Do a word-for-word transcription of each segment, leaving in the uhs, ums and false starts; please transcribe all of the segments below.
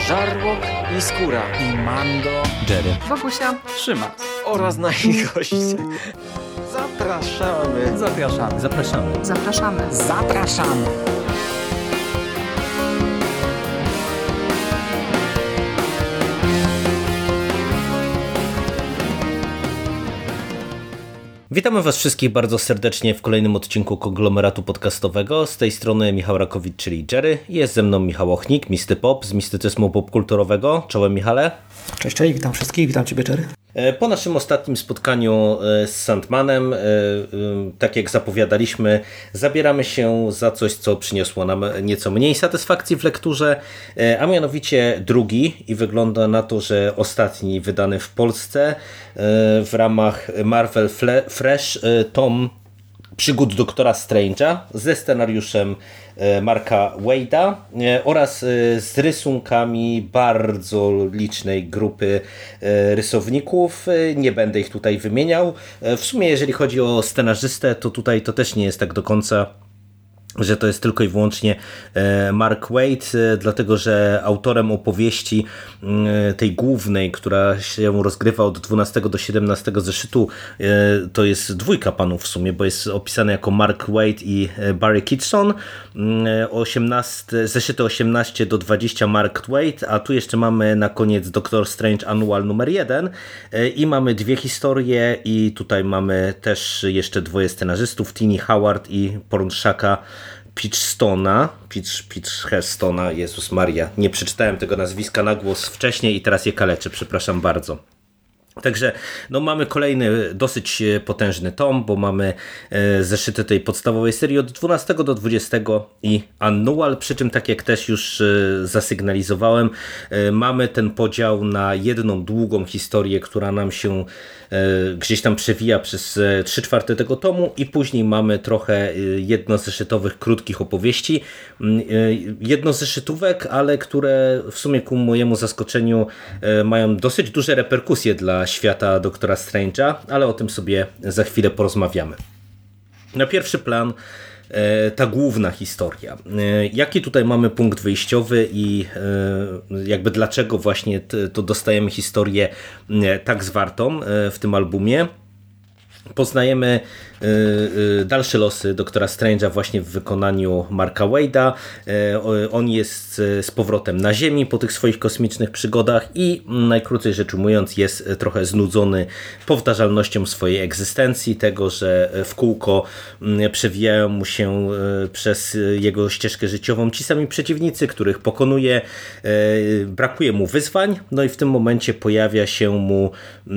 Żarłok i Skóra i Mando, Jerry, Wokusia, Szymas oraz nasi goście. Zapraszamy. Zapraszamy. Zapraszamy. Zapraszamy. Zapraszamy. Witamy Was wszystkich bardzo serdecznie w kolejnym odcinku konglomeratu podcastowego. Z tej strony Michał Rakowicz, czyli Jerry. Jest ze mną Michał Ochnik, Misty Pop z mistycyzmu popkulturowego. Czołem, Michale. Cześć, cześć, witam wszystkich, witam Ciebie, Jerry. Po naszym ostatnim spotkaniu z Sandmanem, tak jak zapowiadaliśmy, zabieramy się za coś, co przyniosło nam nieco mniej satysfakcji w lekturze, a mianowicie drugi i wygląda na to, że ostatni wydany w Polsce w ramach Marvel Fresh tom przygód Doktora Strange'a ze scenariuszem Marka Wade'a oraz z rysunkami bardzo licznej grupy rysowników. Nie będę ich tutaj wymieniał. W sumie jeżeli chodzi o scenarzystę, to tutaj to też nie jest tak do końca, że to jest tylko i wyłącznie Mark Waid, dlatego że autorem opowieści tej głównej, która się rozgrywa od dwunastego do siedemnastego zeszytu, to jest dwójka panów w sumie, bo jest opisane jako Mark Waid i Barry Kitson. osiemnaście, zeszyty osiemnaście do dwudziestu Mark Waid, a tu jeszcze mamy na koniec Doctor Strange Annual numer jeden i mamy dwie historie i tutaj mamy też jeszcze dwoje scenarzystów, Tini Howard i Pornshaka Pitchstona, Pitch, Pitchstona, Jezus Maria, nie przeczytałem tego nazwiska na głos wcześniej i teraz je kaleczę, przepraszam bardzo. Także no, mamy kolejny dosyć potężny tom, bo mamy zeszyty tej podstawowej serii od dwunastego do dwudziestego i Annual, przy czym tak jak też już zasygnalizowałem, mamy ten podział na jedną długą historię, która nam się gdzieś tam przewija przez trzy czwarte tego tomu i później mamy trochę jednozeszytowych, krótkich opowieści, jednozeszytówek, ale które w sumie ku mojemu zaskoczeniu mają dosyć duże reperkusje dla świata Doktora Strange'a, ale o tym sobie za chwilę porozmawiamy. Na pierwszy plan ta główna historia. Jaki tutaj mamy punkt wyjściowy i jakby dlaczego właśnie to dostajemy historię tak zwartą w tym albumie? Poznajemy dalsze losy Doktora Strange'a właśnie w wykonaniu Marka Wade'a. On jest z powrotem na Ziemi po tych swoich kosmicznych przygodach i najkrócej rzecz ujmując jest trochę znudzony powtarzalnością swojej egzystencji, tego, że w kółko przewijają mu się przez jego ścieżkę życiową ci sami przeciwnicy, których pokonuje. Brakuje mu wyzwań, no i w tym momencie pojawia się mu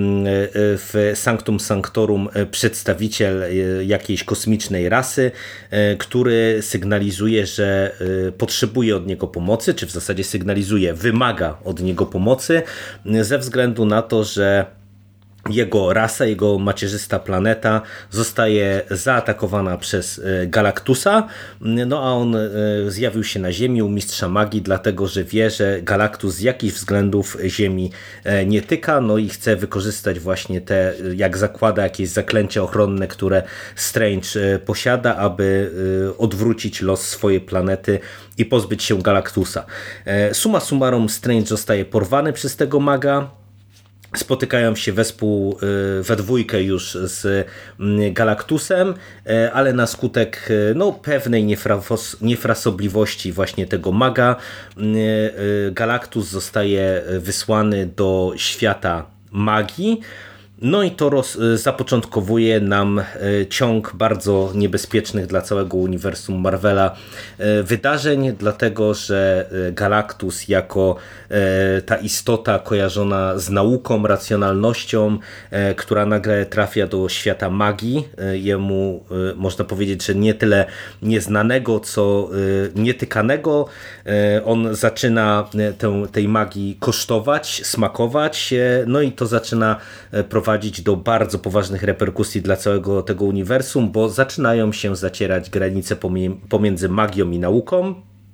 w Sanctum Sanctorum przedstawiciel jakiejś kosmicznej rasy, który sygnalizuje, że potrzebuje od niego pomocy, czy w zasadzie sygnalizuje, wymaga od niego pomocy ze względu na to, że jego rasa, jego macierzysta planeta zostaje zaatakowana przez Galactusa, no a on zjawił się na Ziemi u mistrza magii, dlatego że wie, że Galactus z jakichś względów Ziemi nie tyka, no i chce wykorzystać właśnie te, jak zakłada, jakieś zaklęcia ochronne, które Strange posiada, aby odwrócić los swojej planety i pozbyć się Galactusa. Summa summarum Strange zostaje porwany przez tego maga. Spotykają się wespół we dwójkę już z Galactusem, ale na skutek no, pewnej niefras niefrasobliwości właśnie tego maga Galactus zostaje wysłany do świata magii. No i to roz, zapoczątkowuje nam ciąg bardzo niebezpiecznych dla całego uniwersum Marvela wydarzeń, dlatego że Galactus jako ta istota kojarzona z nauką, racjonalnością, która nagle trafia do świata magii, jemu można powiedzieć, że nie tyle nieznanego, co nietykanego, on zaczyna tę, tej magii kosztować, smakować, no i to zaczyna prowadzić do bardzo poważnych reperkusji dla całego tego uniwersum, bo zaczynają się zacierać granice pomiędzy magią i nauką.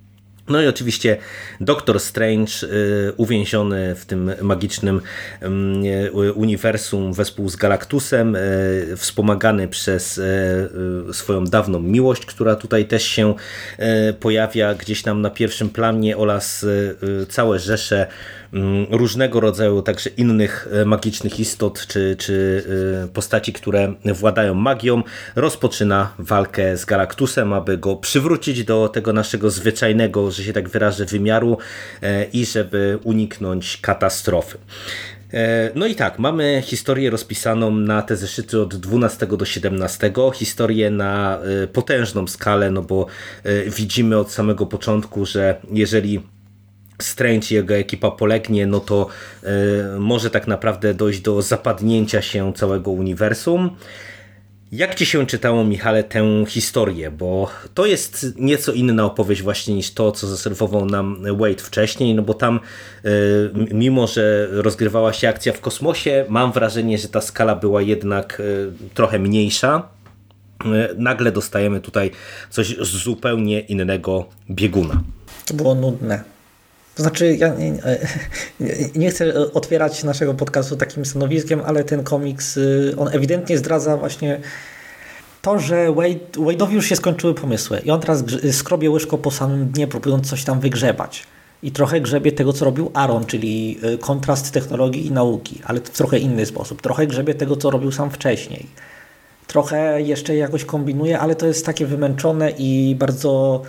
No i oczywiście Doktor Strange y, uwięziony w tym magicznym y, uniwersum wespół z Galactusem, y, wspomagany przez y, y, swoją dawną miłość, która tutaj też się y, pojawia gdzieś tam na pierwszym planie, oraz y, y, całe rzesze y, różnego rodzaju także innych y, magicznych istot czy, czy y, postaci, które władają magią, rozpoczyna walkę z Galactusem, aby go przywrócić do tego naszego zwyczajnego, że się tak wyrażę, wymiaru i żeby uniknąć katastrofy. No i tak, mamy historię rozpisaną na te zeszyty od dwunastego do siedemnastego, historię na potężną skalę, no bo widzimy od samego początku, że jeżeli Strange i jego ekipa polegnie, no to może tak naprawdę dojść do zapadnięcia się całego uniwersum. Jak ci się czytało, Michale, tę historię? Bo to jest nieco inna opowieść właśnie niż to, co zaserwował nam Waid wcześniej, no bo tam mimo, że rozgrywała się akcja w kosmosie, mam wrażenie, że ta skala była jednak trochę mniejsza. Nagle dostajemy tutaj coś z zupełnie innego bieguna. To było nudne. To znaczy, ja nie, nie, nie chcę otwierać naszego podcastu takim stanowiskiem, ale ten komiks, on ewidentnie zdradza właśnie to, że Wade, Wade'owi już się skończyły pomysły i on teraz skrobie łyżką po samym dnie, próbując coś tam wygrzebać. I trochę grzebie tego, co robił Aaron, czyli kontrast technologii i nauki, ale w trochę inny sposób. Trochę grzebie tego, co robił sam wcześniej. Trochę jeszcze jakoś kombinuje, ale to jest takie wymęczone i bardzo,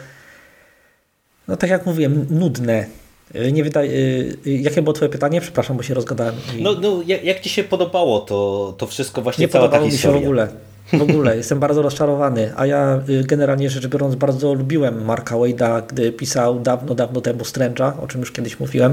no tak jak mówiłem, nudne. Nie wydaje, jakie było twoje pytanie? Przepraszam, bo się rozgadałem. I... No, no jak, jak ci się podobało to, to wszystko, właśnie nie cała ta historia? Nie podobało mi się w ogóle. W ogóle. Jestem bardzo rozczarowany. A ja generalnie rzecz biorąc bardzo lubiłem Marka Wade'a, gdy pisał dawno, dawno temu Strange'a, o czym już kiedyś mówiłem.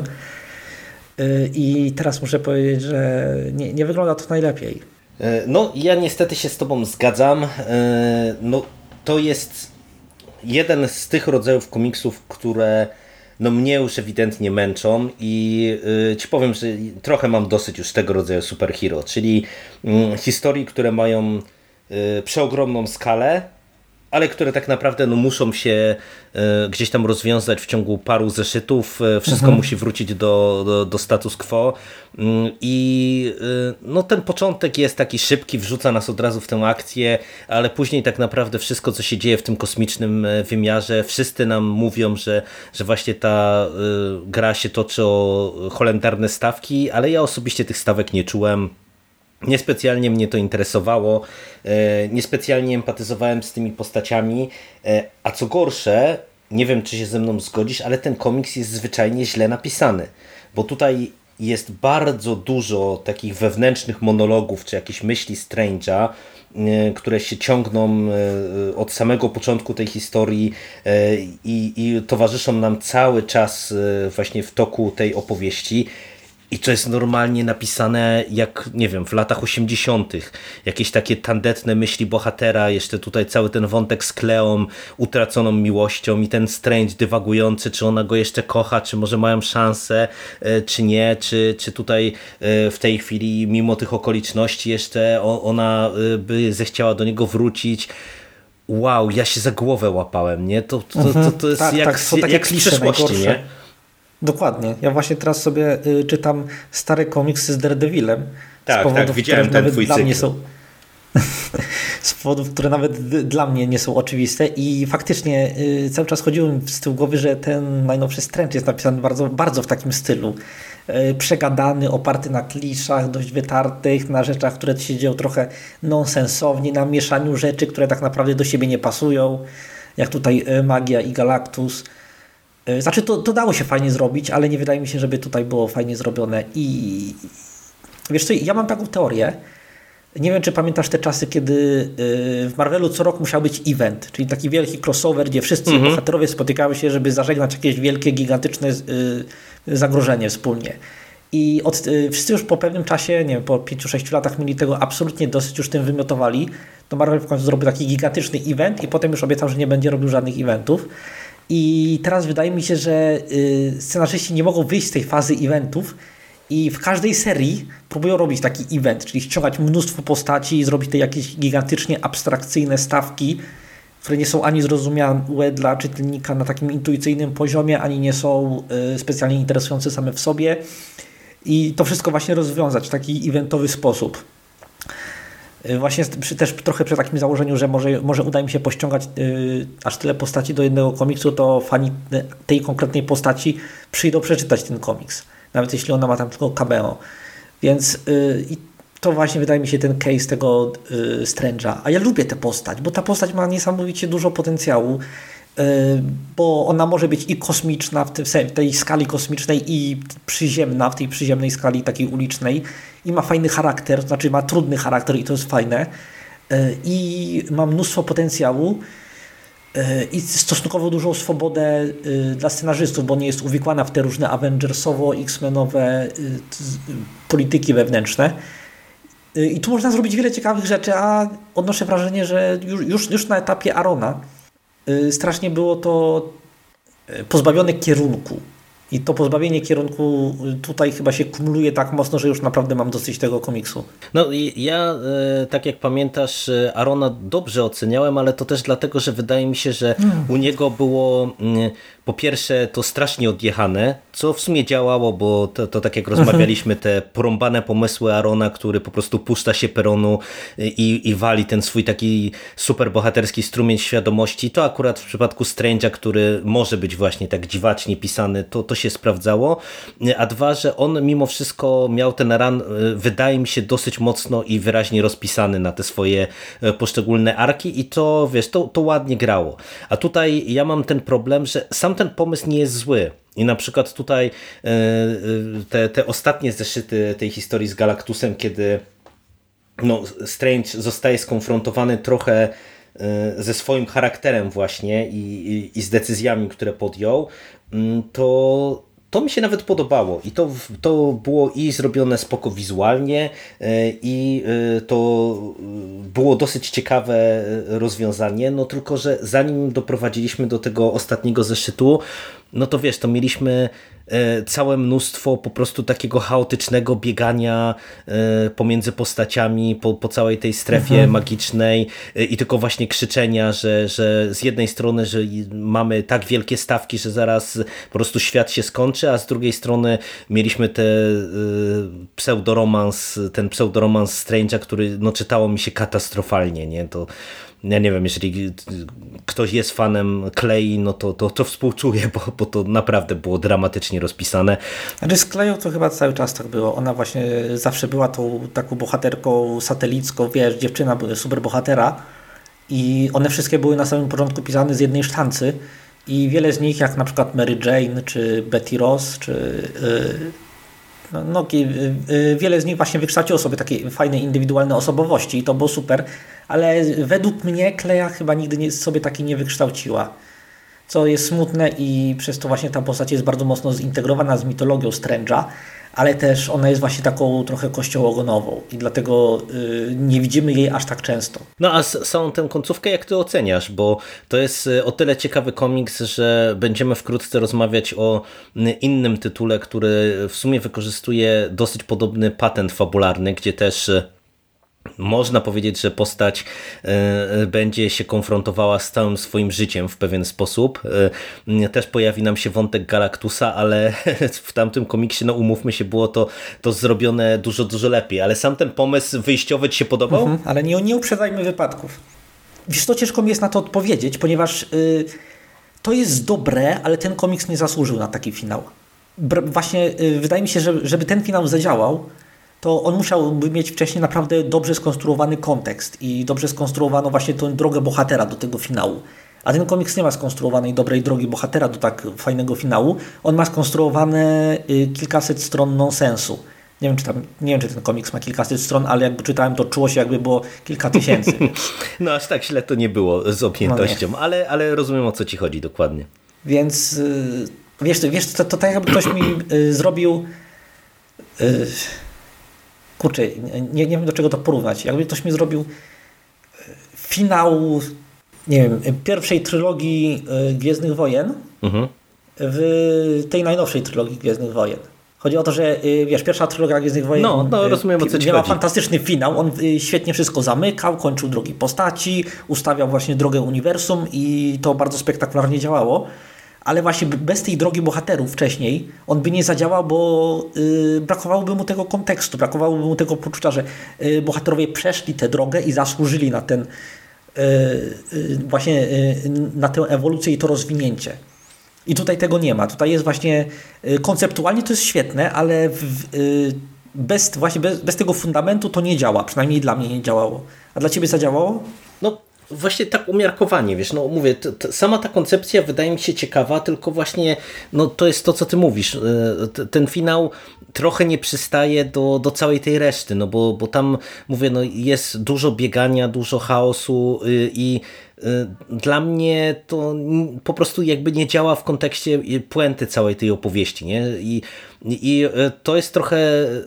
I teraz muszę powiedzieć, że nie, nie wygląda to najlepiej. No, ja niestety się z tobą zgadzam. No, to jest jeden z tych rodzajów komiksów, które no mnie już ewidentnie męczą i yy, ci powiem, że trochę mam dosyć już tego rodzaju superhero, czyli yy, historii, które mają yy, przeogromną skalę, ale które tak naprawdę no, muszą się y, gdzieś tam rozwiązać w ciągu paru zeszytów. Wszystko mhm. musi wrócić do, do, do status quo. Y, I y, no, ten początek jest taki szybki, wrzuca nas od razu w tę akcję, ale później tak naprawdę wszystko, co się dzieje w tym kosmicznym wymiarze, wszyscy nam mówią, że, że właśnie ta y, gra się toczy o holendarne stawki, ale ja osobiście tych stawek nie czułem. Niespecjalnie mnie to interesowało, niespecjalnie empatyzowałem z tymi postaciami, a co gorsze, nie wiem czy się ze mną zgodzisz, ale ten komiks jest zwyczajnie źle napisany, bo tutaj jest bardzo dużo takich wewnętrznych monologów, czy jakichś myśli Strange'a, które się ciągną od samego początku tej historii i, i towarzyszą nam cały czas właśnie w toku tej opowieści. I to jest normalnie napisane jak, nie wiem, w latach osiemdziesiątych. Jakieś takie tandetne myśli bohatera, jeszcze tutaj cały ten wątek z Kleą, utraconą miłością i ten Strange dywagujący, czy ona go jeszcze kocha, czy może mają szansę, czy nie, czy, czy tutaj w tej chwili mimo tych okoliczności jeszcze ona by zechciała do niego wrócić. Wow, ja się za głowę łapałem, nie? To, to, to, to jest tak, jak, tak, są takie jak z przyszłości, nie? Dokładnie. Ja właśnie teraz sobie y, czytam stare komiksy z Daredevilem. Tak, z powodów, tak, widziałem ten twój dla cykl. mnie są z powodów, które nawet d- dla mnie nie są oczywiste i faktycznie y, cały czas chodziło mi z tyłu głowy, że ten najnowszy Strange jest napisany bardzo, bardzo w takim stylu. Y, przegadany, oparty na kliszach, dość wytartych, na rzeczach, które się dzieją trochę nonsensownie, na mieszaniu rzeczy, które tak naprawdę do siebie nie pasują, jak tutaj y, Magia i Galactus. Znaczy to, to dało się fajnie zrobić, ale nie wydaje mi się, żeby tutaj było fajnie zrobione. I wiesz co, ja mam taką teorię. Nie wiem, czy pamiętasz te czasy, kiedy w Marvelu co rok musiał być event, czyli taki wielki crossover, gdzie wszyscy mm-hmm. bohaterowie spotykały się, żeby zażegnać jakieś wielkie, gigantyczne zagrożenie wspólnie. I od, wszyscy już po pewnym czasie, nie wiem, po pięciu sześciu latach mieli tego absolutnie dosyć, już tym wymiotowali. To Marvel w końcu zrobił taki gigantyczny event i potem już obiecał, że nie będzie robił żadnych eventów. I teraz wydaje mi się, że y, scenarzyści nie mogą wyjść z tej fazy eventów i w każdej serii próbują robić taki event, czyli ściągać mnóstwo postaci i zrobić te jakieś gigantycznie abstrakcyjne stawki, które nie są ani zrozumiałe dla czytelnika na takim intuicyjnym poziomie, ani nie są specjalnie interesujące same w sobie. I to wszystko właśnie rozwiązać w taki eventowy sposób. Właśnie przy, też trochę przy takim założeniu, że może, może uda mi się pościągać yy, aż tyle postaci do jednego komiksu, to fani tej konkretnej postaci przyjdą przeczytać ten komiks. Nawet jeśli ona ma tam tylko cameo. Więc yy, i to właśnie wydaje mi się ten case tego yy, Strange'a. A ja lubię tę postać, bo ta postać ma niesamowicie dużo potencjału. Bo ona może być i kosmiczna w tej skali kosmicznej i przyziemna w tej przyziemnej skali takiej ulicznej i ma fajny charakter, to znaczy ma trudny charakter i to jest fajne i ma mnóstwo potencjału i stosunkowo dużą swobodę dla scenarzystów, bo nie jest uwikłana w te różne Avengersowo, X-Menowe polityki wewnętrzne. I tu można zrobić wiele ciekawych rzeczy, a odnoszę wrażenie, że już, już, już na etapie Arona strasznie było to pozbawione kierunku. I to pozbawienie kierunku tutaj chyba się kumuluje tak mocno, że już naprawdę mam dosyć tego komiksu. No ja, tak jak pamiętasz, Arona dobrze oceniałem, ale to też dlatego, że wydaje mi się, że hmm. u niego było po pierwsze to strasznie odjechane, co w sumie działało, bo to, to tak jak rozmawialiśmy, te porąbane pomysły Arona, który po prostu puszcza się peronu i, i wali ten swój taki super bohaterski strumień świadomości, to akurat w przypadku Strange'a, który może być właśnie tak dziwacznie pisany, to, to się sprawdzało, a dwa, że on mimo wszystko miał ten run, wydaje mi się, dosyć mocno i wyraźnie rozpisany na te swoje poszczególne arki i to, wiesz, to, to ładnie grało. A tutaj ja mam ten problem, że sam ten pomysł nie jest zły. I na przykład tutaj te, te ostatnie zeszyty tej historii z Galactusem, kiedy no, Strange zostaje skonfrontowany trochę ze swoim charakterem właśnie i, i, i z decyzjami, które podjął, to to mi się nawet podobało i to, to było i zrobione spoko wizualnie i to było dosyć ciekawe rozwiązanie, no tylko, że zanim doprowadziliśmy do tego ostatniego zeszytu, no to wiesz, to mieliśmy całe mnóstwo po prostu takiego chaotycznego biegania pomiędzy postaciami po, po całej tej strefie mhm. magicznej i tylko właśnie krzyczenia, że, że z jednej strony, że mamy tak wielkie stawki, że zaraz po prostu świat się skończy, a z drugiej strony mieliśmy te pseudoromans, ten pseudoromans Strange'a, który no czytało mi się katastrofalnie, nie? To ja nie wiem, jeżeli ktoś jest fanem Klei, no to, to, to współczuję, bo, bo to naprawdę było dramatycznie rozpisane. Znaczy z Kleją to chyba cały czas tak było. Ona właśnie zawsze była tą taką bohaterką satelicką, wiesz, dziewczyna super bohatera i one wszystkie były na samym początku pisane z jednej sztancy i wiele z nich, jak na przykład Mary Jane, czy Betty Ross, czy yy, no, no, yy, wiele z nich właśnie wykształciło sobie takie fajne, indywidualne osobowości i to było super, ale według mnie Kleja chyba nigdy nie, sobie takiej nie wykształciła. Co jest smutne i przez to właśnie ta postać jest bardzo mocno zintegrowana z mitologią Strange'a, ale też ona jest właśnie taką trochę kościołogonową i dlatego yy, nie widzimy jej aż tak często. No a samą tę końcówkę jak ty oceniasz? Bo to jest o tyle ciekawy komiks, że będziemy wkrótce rozmawiać o innym tytule, który w sumie wykorzystuje dosyć podobny patent fabularny, gdzie też można powiedzieć, że postać y, będzie się konfrontowała z całym swoim życiem w pewien sposób. Y, też pojawi nam się wątek Galactusa, ale w tamtym komiksie, no umówmy się, było to, to zrobione dużo, dużo lepiej. Ale sam ten pomysł wyjściowy ci się podobał? Mhm, ale nie, nie uprzedzajmy wypadków. Wiesz, to ciężko mi jest na to odpowiedzieć, ponieważ y, to jest dobre, ale ten komiks nie zasłużył na taki finał. Br- właśnie y, wydaje mi się, że żeby ten finał zadziałał, to on musiałby mieć wcześniej naprawdę dobrze skonstruowany kontekst i dobrze skonstruowaną właśnie tę drogę bohatera do tego finału. A ten komiks nie ma skonstruowanej dobrej drogi bohatera do tak fajnego finału. On ma skonstruowane y, kilkaset stron nonsensu. Nie wiem, czy tam, nie wiem, czy ten komiks ma kilkaset stron, ale jakby czytałem, to czuło się, jakby było kilka tysięcy. No aż tak źle to nie było z objętością, no ale, ale rozumiem, o co ci chodzi dokładnie. Więc y, wiesz, wiesz to, to tak jakby ktoś mi y, zrobił... Y, Kurczę, nie, nie wiem do czego to porównać. Jakby ktoś mi zrobił finał, nie wiem, pierwszej trylogii Gwiezdnych Wojen mhm. w tej najnowszej trylogii Gwiezdnych Wojen. Chodzi o to, że wiesz, pierwsza trylogia Gwiezdnych Wojen no, no, rozumiem, o co ci miała chodzi. fantastyczny finał, on świetnie wszystko zamykał, kończył drogi postaci, ustawiał właśnie drogę uniwersum i to bardzo spektakularnie działało. Ale właśnie bez tej drogi bohaterów wcześniej on by nie zadziałał, bo yy, brakowałoby mu tego kontekstu, brakowałoby mu tego poczucia, że yy, bohaterowie przeszli tę drogę i zasłużyli na ten yy, yy, właśnie yy, na tę ewolucję i to rozwinięcie. I tutaj tego nie ma. Tutaj jest właśnie yy, konceptualnie to jest świetne, ale w, yy, bez, właśnie bez, bez tego fundamentu to nie działa. Przynajmniej dla mnie nie działało. A dla ciebie zadziałało? No właśnie tak umiarkowanie, wiesz, no mówię, to, to, sama ta koncepcja wydaje mi się ciekawa, tylko właśnie no to jest to, co ty mówisz, ten finał trochę nie przystaje do, do całej tej reszty, no bo, bo tam, mówię, no jest dużo biegania, dużo chaosu i dla mnie to po prostu jakby nie działa w kontekście puenty całej tej opowieści, nie? I, i to jest trochę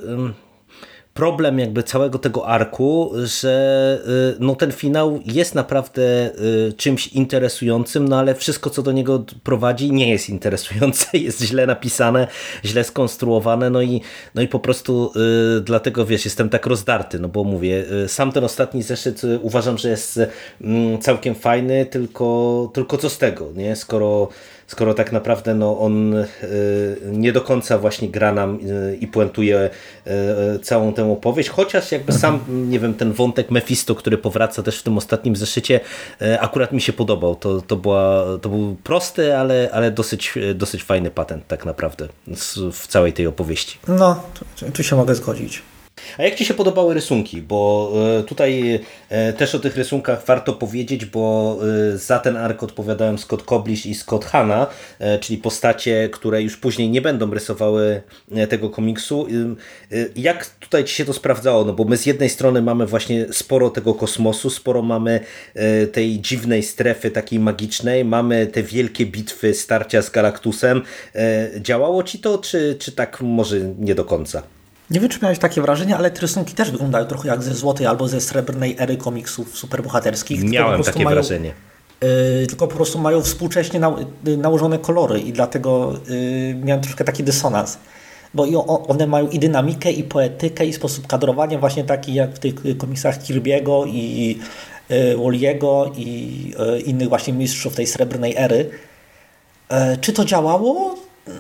problem jakby całego tego arku, że no ten finał jest naprawdę czymś interesującym, no ale wszystko, co do niego prowadzi, nie jest interesujące, jest źle napisane, źle skonstruowane, no i, no i po prostu y, dlatego, wiesz, jestem tak rozdarty, no bo mówię, y, sam ten ostatni zeszyt y, uważam, że jest y, całkiem fajny, tylko, tylko co z tego, nie? Skoro skoro tak naprawdę no, on y, nie do końca właśnie gra nam y, i puentuje y, całą tę opowieść, chociaż jakby sam, nie wiem, ten wątek Mephisto, który powraca też w tym ostatnim zeszycie, y, akurat mi się podobał. To, to, była, to był prosty, ale, ale dosyć, dosyć fajny patent tak naprawdę w całej tej opowieści. No, tu, tu się mogę zgodzić. A jak ci się podobały rysunki? Bo tutaj też o tych rysunkach warto powiedzieć, bo za ten ark odpowiadają Scott Koblish i Scott Hanna, czyli postacie, które już później nie będą rysowały tego komiksu. Jak tutaj ci się to sprawdzało? No bo my z jednej strony mamy właśnie sporo tego kosmosu, sporo mamy tej dziwnej strefy takiej magicznej, mamy te wielkie bitwy, starcia z Galactusem. Działało ci to, czy, czy tak może nie do końca? Nie wiem, czy miałeś takie wrażenie, ale te rysunki też wyglądają trochę jak ze złotej albo ze srebrnej ery komiksów superbohaterskich. Miałem takie mają, wrażenie. Yy, tylko po prostu mają współcześnie na, yy, nałożone kolory i dlatego yy, miałem troszkę taki dysonans. Bo i o, one mają i dynamikę, i poetykę, i sposób kadrowania właśnie taki jak w tych komiksach Kirby'ego i yy, Walliego i yy, innych właśnie mistrzów tej srebrnej ery. Yy, czy to działało? Yy.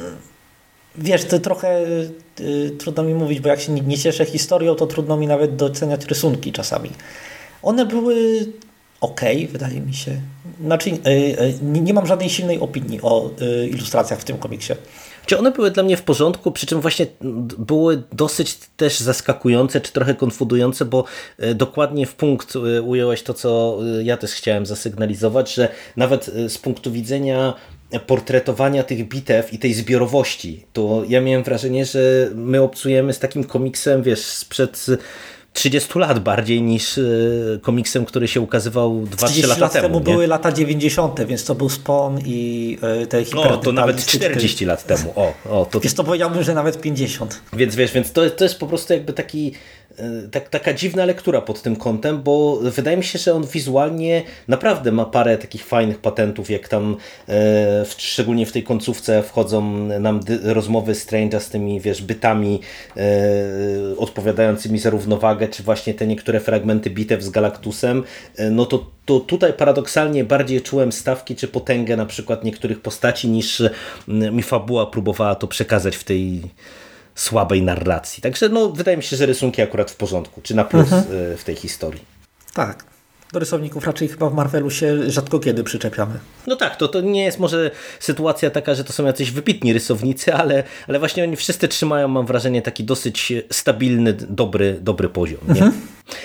Wiesz, to trochę y, trudno mi mówić, bo jak się nie, nie cieszę historią, to trudno mi nawet doceniać rysunki czasami. One były okej, okay, wydaje mi się. Znaczy, y, y, nie, nie mam żadnej silnej opinii o y, ilustracjach w tym komiksie. Czy one były dla mnie w porządku, przy czym właśnie były dosyć też zaskakujące, czy trochę konfudujące, bo dokładnie w punkt ująłeś to, co ja też chciałem zasygnalizować, że nawet z punktu widzenia portretowania tych bitew i tej zbiorowości, to ja miałem wrażenie, że my obcujemy z takim komiksem, wiesz, sprzed trzydziestu lat bardziej niż komiksem, który się ukazywał dwa trzy lata lat temu. temu były lata dziewięćdziesiąte, więc to był Spawn i te hiper. O, to nawet czterdzieści lat temu. O, o, to... Wiesz, to powiedziałbym, że nawet pięćdziesiąt. Więc wiesz, więc to, to jest po prostu jakby taki tak, taka dziwna lektura pod tym kątem, bo wydaje mi się, że on wizualnie naprawdę ma parę takich fajnych patentów, jak tam e, szczególnie w tej końcówce wchodzą nam rozmowy Strange'a z tymi, wiesz, bytami e, odpowiadającymi za równowagę, czy właśnie te niektóre fragmenty bitew z Galactusem, e, no to, to tutaj paradoksalnie bardziej czułem stawki czy potęgę na przykład niektórych postaci, niż mi fabuła próbowała to przekazać w tej słabej narracji. Także no, wydaje mi się, że rysunki akurat w porządku, czy na plus mhm. w tej historii. Tak. Do rysowników raczej chyba w Marvelu się rzadko kiedy przyczepiamy. No tak, to, to nie jest może sytuacja taka, że to są jacyś wybitni rysownicy, ale, ale właśnie oni wszyscy trzymają, mam wrażenie, taki dosyć stabilny, dobry, dobry poziom. Nie? Mhm.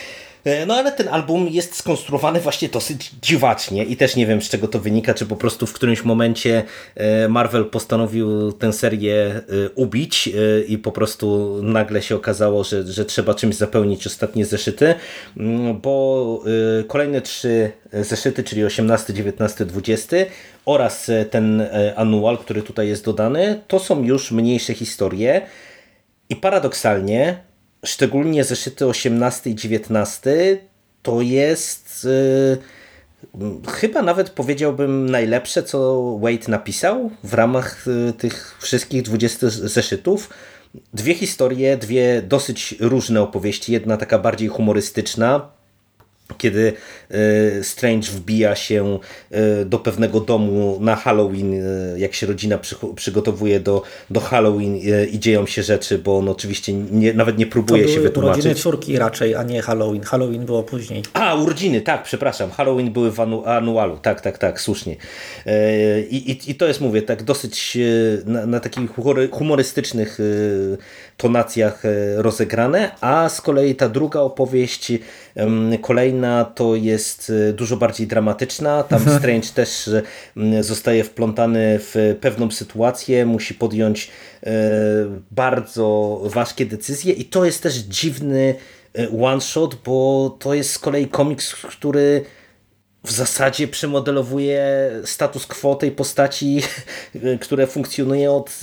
No ale ten album jest skonstruowany właśnie dosyć dziwacznie i też nie wiem, z czego to wynika, czy po prostu w którymś momencie Marvel postanowił tę serię ubić i po prostu nagle się okazało, że, że trzeba czymś zapełnić ostatnie zeszyty, bo kolejne trzy zeszyty, czyli osiemnasty, dziewiętnasty, dwudziesty oraz ten annual, który tutaj jest dodany, to są już mniejsze historie i paradoksalnie szczególnie zeszyty osiemnasty i dziewiętnasty to jest chyba nawet powiedziałbym najlepsze, co Waid napisał w ramach tych wszystkich dwudziestu zeszytów. Dwie historie, dwie dosyć różne opowieści. Jedna taka bardziej humorystyczna, kiedy Strange wbija się do pewnego domu na Halloween, jak się rodzina przygotowuje do, do Halloween i dzieją się rzeczy, bo on oczywiście nie, nawet nie próbuje się wytłumaczyć. Urodziny córki raczej, a nie Halloween. Halloween było później. A, urodziny, tak, przepraszam. Halloween były w anu, anualu, tak, tak, tak, słusznie. I, i, i to jest, mówię, tak dosyć na, na takich humorystycznych tonacjach rozegrane, a z kolei ta druga opowieść, kolejna, to jest dużo bardziej dramatyczna. Tam mhm. Strange też zostaje wplątany w pewną sytuację, musi podjąć bardzo ważkie decyzje i to jest też dziwny one shot, bo to jest z kolei komiks, który w zasadzie przemodelowuje status quo tej postaci, które funkcjonuje od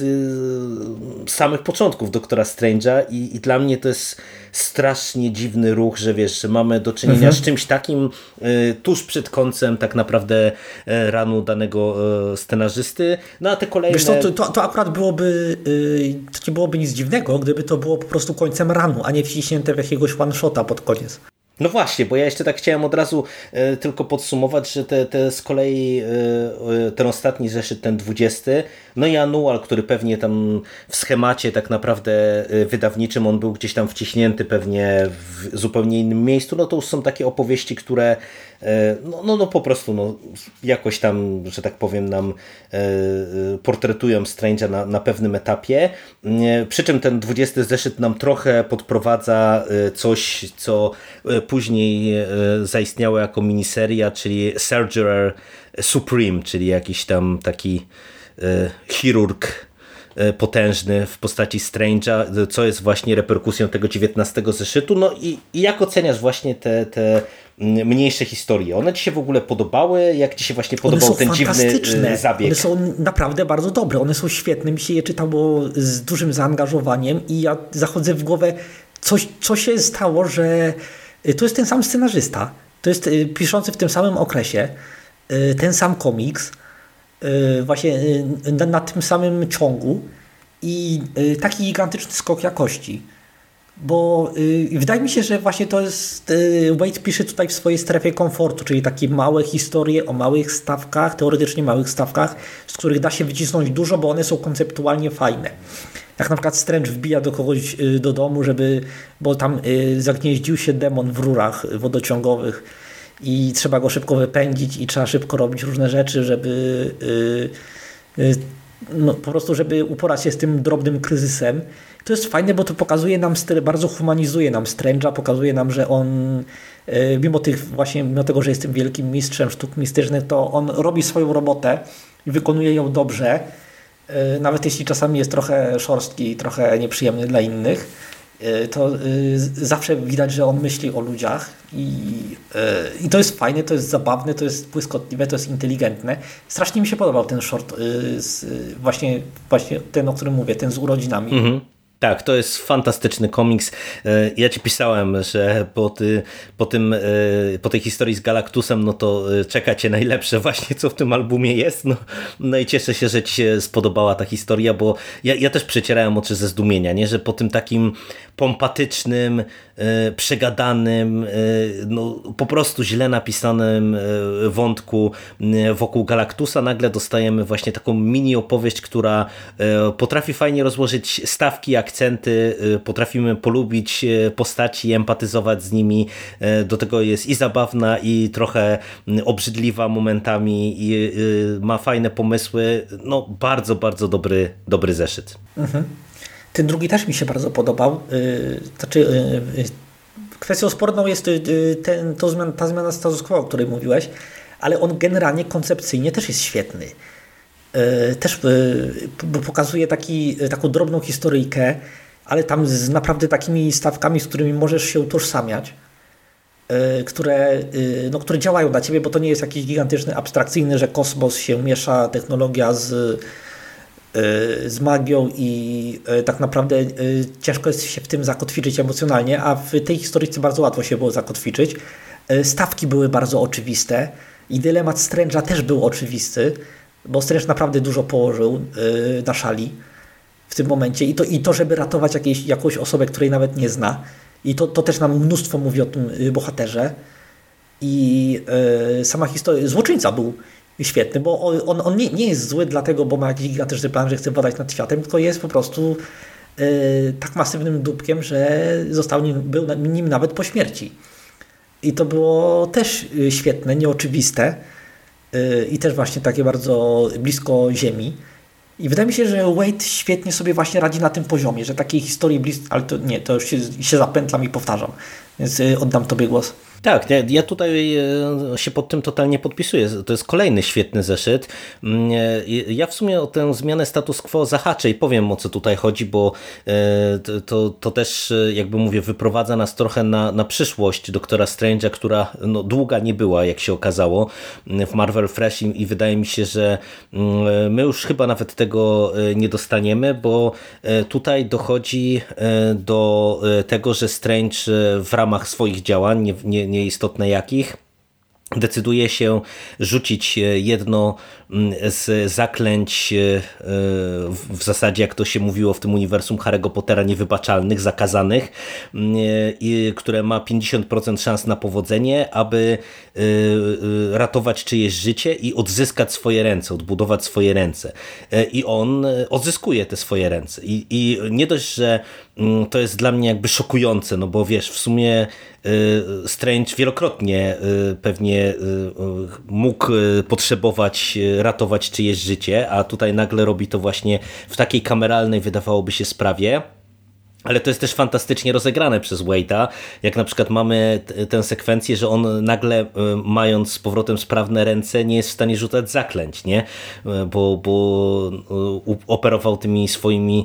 y, samych początków Doktora Strange'a i, i dla mnie to jest strasznie dziwny ruch, że wiesz, że mamy do czynienia mhm. z czymś takim y, tuż przed końcem tak naprawdę y, ranu danego y, scenarzysty. No a te kolejne... Wiesz co, to, to, to akurat byłoby y, to nie byłoby nic dziwnego, gdyby to było po prostu końcem ranu, a nie wciśnięte w jakiegoś one-shota pod koniec. No właśnie, bo ja jeszcze tak chciałem od razu e, tylko podsumować, że te, te z kolei e, ten ostatni zeszyt, ten dwudziesty, no i anual, który pewnie tam w schemacie tak naprawdę wydawniczym on był gdzieś tam wciśnięty pewnie w zupełnie innym miejscu, no to już są takie opowieści, które e, no, no, no po prostu no, jakoś tam, że tak powiem, nam e, portretują Strange'a na, na pewnym etapie. E, przy czym ten dwudziesty zeszyt nam trochę podprowadza e, coś, co e, później e, zaistniało jako miniseria, czyli Surgerer Supreme, czyli jakiś tam taki e, chirurg e, potężny w postaci Strange'a, co jest właśnie reperkusją tego dziewiętnastego zeszytu. No i, i jak oceniasz właśnie te, te mniejsze historie? One ci się w ogóle podobały? Jak ci się właśnie podobał ten dziwny zabieg? One są naprawdę bardzo dobre. One są świetne. Mi się je czytało z dużym zaangażowaniem i ja zachodzę w głowę, coś, co się stało, że to jest ten sam scenarzysta. To jest piszący w tym samym okresie ten sam komiks właśnie na, na tym samym ciągu i taki gigantyczny skok jakości. Bo yy, wydaje mi się, że właśnie to jest yy, Waid pisze tutaj w swojej strefie komfortu, czyli takie małe historie o małych stawkach, teoretycznie małych stawkach, z których da się wycisnąć dużo, bo one są konceptualnie fajne. Jak na przykład Strange wbija do kogoś yy, do domu, żeby, bo tam yy, zagnieździł się demon w rurach wodociągowych i trzeba go szybko wypędzić i trzeba szybko robić różne rzeczy, żeby yy, yy, no, po prostu, żeby uporać się z tym drobnym kryzysem. To jest fajne, bo to pokazuje nam styl, bardzo humanizuje nam Strange'a, pokazuje nam, że on mimo tych właśnie, mimo tego, że jest tym wielkim mistrzem sztuk mistycznych, to on robi swoją robotę i wykonuje ją dobrze, nawet jeśli czasami jest trochę szorstki i trochę nieprzyjemny dla innych, to zawsze widać, że on myśli o ludziach i, i to jest fajne, to jest zabawne, to jest błyskotliwe, to jest inteligentne. Strasznie mi się podobał ten short, właśnie, właśnie ten, o którym mówię, ten z urodzinami. Mhm. Tak, to jest fantastyczny komiks. Ja ci pisałem, że po, ty, po, tym, po tej historii z Galactusem, no to czeka cię najlepsze właśnie, co w tym albumie jest. No, no i cieszę się, że ci się spodobała ta historia, bo ja, ja też przecierałem oczy ze zdumienia, nie? Że po tym takim pompatycznym, przegadanym, no, po prostu źle napisanym wątku wokół Galactusa nagle dostajemy właśnie taką mini opowieść, która potrafi fajnie rozłożyć stawki, akcenty, potrafimy polubić postaci, empatyzować z nimi. Do tego jest i zabawna, i trochę obrzydliwa momentami, i ma fajne pomysły. No bardzo, bardzo dobry, dobry zeszyt. Mhm. Ten drugi też mi się bardzo podobał. Znaczy, kwestią sporną jest ten, to zmiana, ta zmiana status quo, o której mówiłeś, ale on generalnie koncepcyjnie też jest świetny. Też pokazuje taki, taką drobną historyjkę, ale tam z naprawdę takimi stawkami, z którymi możesz się utożsamiać, które, no, które działają dla ciebie, bo to nie jest jakiś gigantyczny, abstrakcyjny, że kosmos się miesza, technologia z z magią i tak naprawdę ciężko jest się w tym zakotwiczyć emocjonalnie, a w tej historyjce bardzo łatwo się było zakotwiczyć. Stawki były bardzo oczywiste I dylemat Strange'a też był oczywisty, bo Strange naprawdę dużo położył yy, na szali w tym momencie i to, i to żeby ratować jakieś, jakąś osobę, której nawet nie zna. I to, to też nam mnóstwo mówi o tym bohaterze. I yy, sama historia, złoczyńca był świetny, bo on, on nie, nie jest zły dlatego, bo ma jakiś gigantyczny plan, że chce władać nad światem, tylko jest po prostu yy, tak masywnym dupkiem, że został nim, był nim nawet po śmierci. I to było też świetne, nieoczywiste yy, i też właśnie takie bardzo blisko ziemi. I wydaje mi się, że Wade świetnie sobie właśnie radzi na tym poziomie, że takiej historii blisko, ale to nie, to już się, się zapętlam i powtarzam, więc yy, oddam Tobie głos. Tak, ja, ja tutaj się pod tym totalnie podpisuję. To jest kolejny świetny zeszyt. Ja w sumie o tę zmianę status quo zahaczę i powiem, o co tutaj chodzi, bo to, to też, jakby mówię, wyprowadza nas trochę na, na przyszłość Doktora Strange'a, która no, długa nie była, jak się okazało, w Marvel Fresh i, i wydaje mi się, że my już chyba nawet tego nie dostaniemy, bo tutaj dochodzi do tego, że Strange w ramach swoich działań, nie, nie nieistotne jakich, decyduje się rzucić jedno z zaklęć w zasadzie, jak to się mówiło w tym uniwersum Harry'ego Pottera, niewybaczalnych, zakazanych, które ma pięćdziesiąt procent szans na powodzenie, aby ratować czyjeś życie i odzyskać swoje ręce, odbudować swoje ręce. I on odzyskuje te swoje ręce. I, i nie dość, że to jest dla mnie jakby szokujące, no bo wiesz, w sumie Strange wielokrotnie pewnie mógł potrzebować ratować czyjeś życie, a tutaj nagle robi to właśnie w takiej kameralnej, wydawałoby się, sprawie. Ale to jest też fantastycznie rozegrane przez Wade'a, jak na przykład mamy t- tę sekwencję, że on nagle, mając z powrotem sprawne ręce, nie jest w stanie rzucać zaklęć, nie? Bo, bo operował tymi swoimi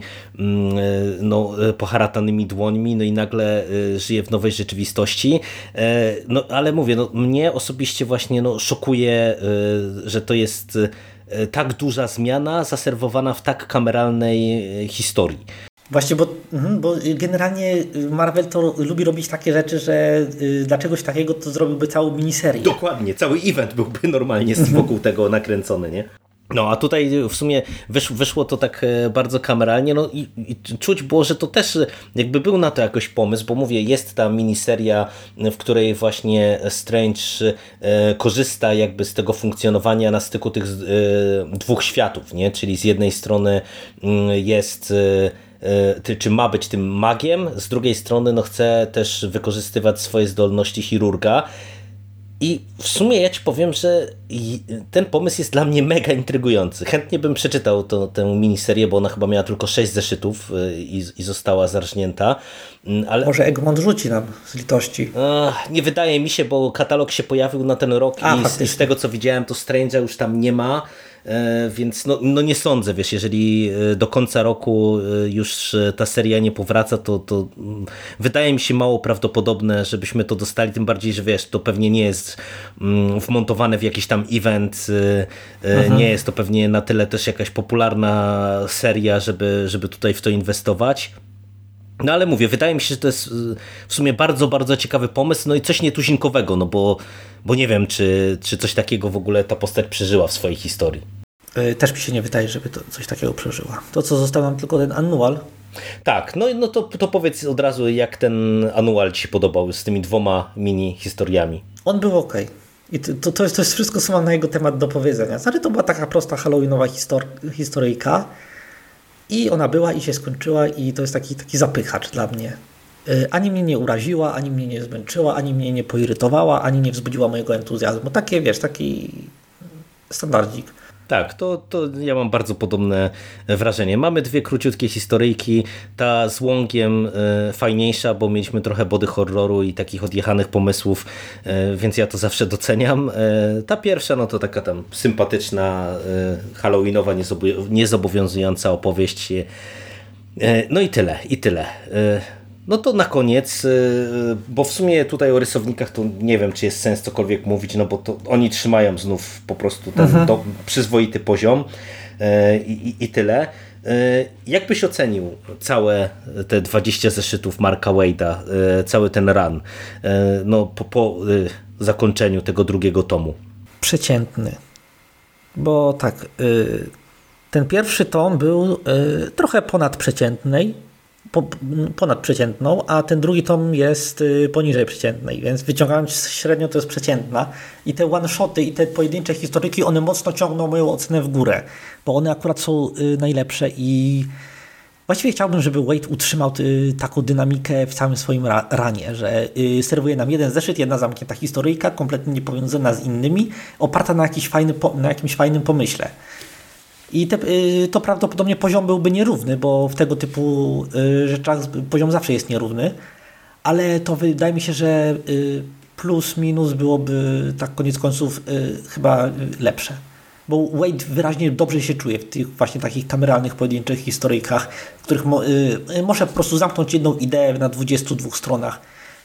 no, poharatanymi dłońmi, no i nagle żyje w nowej rzeczywistości. No ale mówię, no, mnie osobiście właśnie no, szokuje, że to jest tak duża zmiana zaserwowana w tak kameralnej historii. Właśnie, bo, bo generalnie Marvel to lubi robić takie rzeczy, że dla czegoś takiego to zrobiłby całą miniserię. Dokładnie, cały event byłby normalnie wokół tego nakręcony, nie? No a tutaj w sumie wysz, wyszło to tak bardzo kameralnie, no i, i czuć było, że to też jakby był na to jakoś pomysł, bo mówię, jest ta miniseria, w której właśnie Strange e, korzysta jakby z tego funkcjonowania na styku tych e, dwóch światów, nie? Czyli z jednej strony m, jest e, czy ma być tym magiem, z drugiej strony no chce też wykorzystywać swoje zdolności chirurga. I w sumie ja ci powiem, że ten pomysł jest dla mnie mega intrygujący. Chętnie bym przeczytał to, tę miniserię, bo ona chyba miała tylko sześć zeszytów i, i została zarżnięta. Ale... Może Egmont rzuci nam z litości. Ach, nie wydaje mi się, bo katalog się pojawił na ten rok A, i, z, i z tego co widziałem, to Strange'a już tam nie ma. Więc no, no nie sądzę, wiesz, jeżeli do końca roku już ta seria nie powraca, to, to wydaje mi się mało prawdopodobne, żebyśmy to dostali, tym bardziej, że wiesz, to pewnie nie jest wmontowane w jakiś tam event, mhm. nie jest to pewnie na tyle też jakaś popularna seria, żeby, żeby tutaj w to inwestować. No ale mówię, wydaje mi się, że to jest w sumie bardzo, bardzo ciekawy pomysł, no i coś nietuzinkowego, no bo, bo nie wiem, czy, czy coś takiego w ogóle ta postać przeżyła w swojej historii. Też mi się nie wydaje, żeby to coś takiego przeżyła. To, co został nam tylko ten annual. Tak, no, no to, to powiedz od razu, jak ten annual ci się podobał z tymi dwoma mini historiami. On był okej. Okay. I to, to, jest, to jest wszystko, co mam na jego temat do powiedzenia. Znaczy, to była taka prosta halloweenowa histor- historyjka. I ona była i się skończyła i to jest taki, taki zapychacz dla mnie. Ani mnie nie uraziła, ani mnie nie zmęczyła, ani mnie nie poirytowała, ani nie wzbudziła mojego entuzjazmu. Takie, wiesz, taki standardzik. Tak, to, to ja mam bardzo podobne wrażenie. Mamy dwie króciutkie historyjki. Ta z Łągiem e, fajniejsza, bo mieliśmy trochę body horroru i takich odjechanych pomysłów, e, więc ja to zawsze doceniam. E, ta pierwsza, no to taka tam sympatyczna, e, halloweenowa, niezobo- niezobowiązująca opowieść. E, no i tyle, i tyle. E, No to na koniec, bo w sumie tutaj o rysownikach to nie wiem, czy jest sens cokolwiek mówić, no bo to oni trzymają znów po prostu ten mhm. do, przyzwoity poziom i, i, i tyle. Jak byś ocenił całe te dwadzieścia zeszytów Marka Wade'a, cały ten run, no po, po zakończeniu tego drugiego tomu? przeciętny. Bo tak, y, ten pierwszy tom był y, trochę ponadprzeciętnej, po, ponadprzeciętną, a ten drugi tom jest y, poniżej przeciętnej, więc wyciągając średnio to jest przeciętna. I te one-shoty i te pojedyncze historyki, one mocno ciągną moją ocenę w górę, bo one akurat są y, najlepsze i właściwie chciałbym, żeby Wade utrzymał y, taką dynamikę w całym swoim ra ranie, że y, serwuje nam jeden zeszyt, jedna zamknięta historyjka, kompletnie niepowiązana z innymi, oparta na, jakiś fajny na jakimś fajnym pomyśle. I te, y, to prawdopodobnie poziom byłby nierówny, bo w tego typu y, rzeczach poziom zawsze jest nierówny, ale to wydaje mi się, że y, plus minus byłoby tak koniec końców y, chyba lepsze. Bo Wade wyraźnie dobrze się czuje w tych właśnie takich kameralnych, pojedynczych historyjkach, w których mo, y, może po prostu zamknąć jedną ideę na dwudziestu dwóch stronach.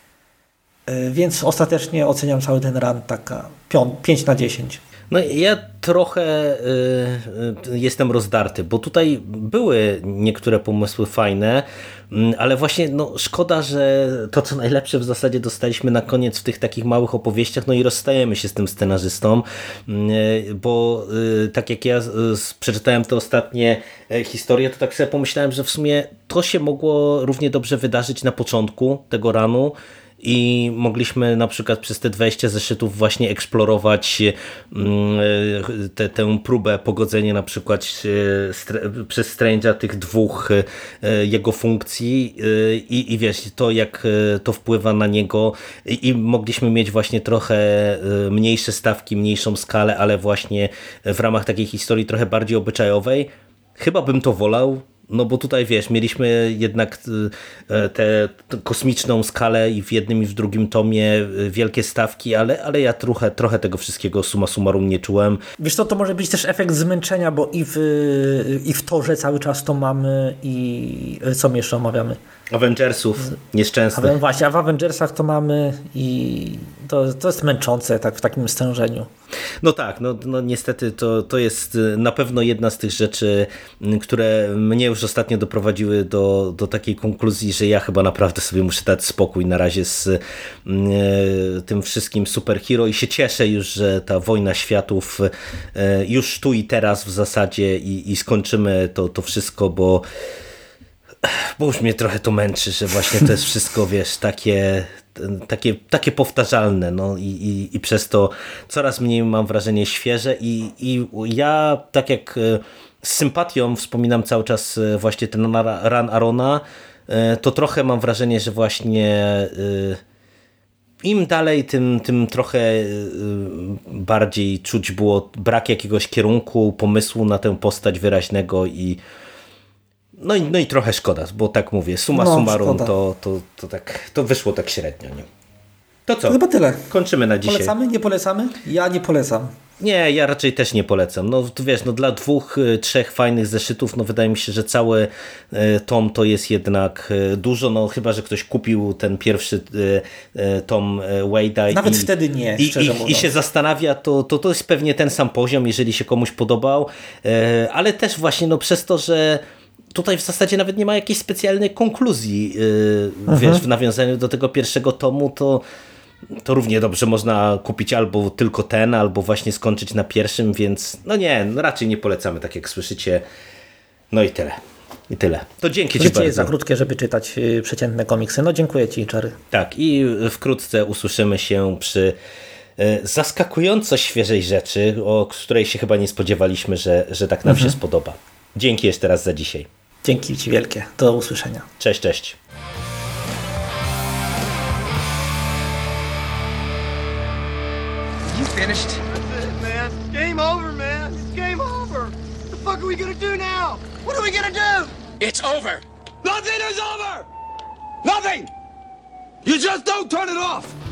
Y, więc ostatecznie oceniam cały ten run taka pięć na dziesięć. No ja trochę y, y, jestem rozdarty, bo tutaj były niektóre pomysły fajne, y, ale właśnie no, szkoda, że to co najlepsze w zasadzie dostaliśmy na koniec w tych takich małych opowieściach, no i rozstajemy się z tym scenarzystą, y, bo y, tak jak ja y, przeczytałem te ostatnie y, historie, to tak sobie pomyślałem, że w sumie to się mogło równie dobrze wydarzyć na początku tego runu, i mogliśmy na przykład przez te dwadzieścia zeszytów właśnie eksplorować te, tę próbę pogodzenia na przykład przez Strange'a tych dwóch jego funkcji i, i wiesz, to jak to wpływa na niego i, i mogliśmy mieć właśnie trochę mniejsze stawki, mniejszą skalę, ale właśnie w ramach takiej historii trochę bardziej obyczajowej. Chyba bym to wolał. No bo tutaj wiesz, mieliśmy jednak tę kosmiczną skalę i w jednym i w drugim tomie wielkie stawki, ale, ale ja trochę, trochę tego wszystkiego summa summarum nie czułem. Wiesz co, to może być też efekt zmęczenia, bo i w, i w torze cały czas to mamy i co my jeszcze omawiamy? Avengersów nieszczęsnych. A właśnie, a w Avengersach to mamy i to, to jest męczące tak w takim stężeniu. No tak, no, no niestety to, to jest na pewno jedna z tych rzeczy, które mnie już ostatnio doprowadziły do, do takiej konkluzji, że ja chyba naprawdę sobie muszę dać spokój na razie z e, tym wszystkim superhero i się cieszę już, że ta wojna światów e, już tu i teraz w zasadzie i, i skończymy to, to wszystko, bo bo już mnie trochę to męczy, że właśnie to jest wszystko, wiesz, takie, takie, takie powtarzalne, no i, i, i przez to coraz mniej mam wrażenie świeże i, i ja tak jak z sympatią wspominam cały czas właśnie ten run Arona, to trochę mam wrażenie, że właśnie im dalej, tym, tym trochę bardziej czuć było brak jakiegoś kierunku, pomysłu na tę postać wyraźnego i No i, no i trochę szkoda, bo tak mówię, summa no, summarum to, to, to, tak, to wyszło tak średnio. Nie? To co? To chyba tyle. Kończymy na dzisiaj. Polecamy? Nie polecamy? Ja nie polecam. Nie, ja raczej też nie polecam. No wiesz, no dla dwóch, trzech fajnych zeszytów, no wydaje mi się, że cały tom to jest jednak dużo, no chyba, że ktoś kupił ten pierwszy tom Wade'a. Nawet i, wtedy nie, i, szczerze i, mówiąc. I się zastanawia, to, to to jest pewnie ten sam poziom, jeżeli się komuś podobał, ale też właśnie no przez to, że tutaj w zasadzie nawet nie ma jakiejś specjalnej konkluzji, yy, wiesz, w nawiązaniu do tego pierwszego tomu, to, to równie dobrze można kupić albo tylko ten, albo właśnie skończyć na pierwszym, więc no nie, no raczej nie polecamy, tak jak słyszycie. No i tyle. I tyle. To dzięki Ci Życie bardzo. jest za krótkie, żeby czytać yy, przeciętne komiksy. No dziękuję Ci, Czary. Tak, i wkrótce usłyszymy się przy zaskakująco świeżej rzeczy, o której się chyba nie spodziewaliśmy, że, że tak nam mhm. się spodoba. Dzięki jeszcze raz za dzisiaj. Dzięki Ci wielkie. Do usłyszenia. Cześć, cześć. You finished? That's it, man. It's game over, man. It's game over. What the fuck are we gonna do now? What are we gonna do? It's over. Nothing is over! Nothing! You just don't turn it off!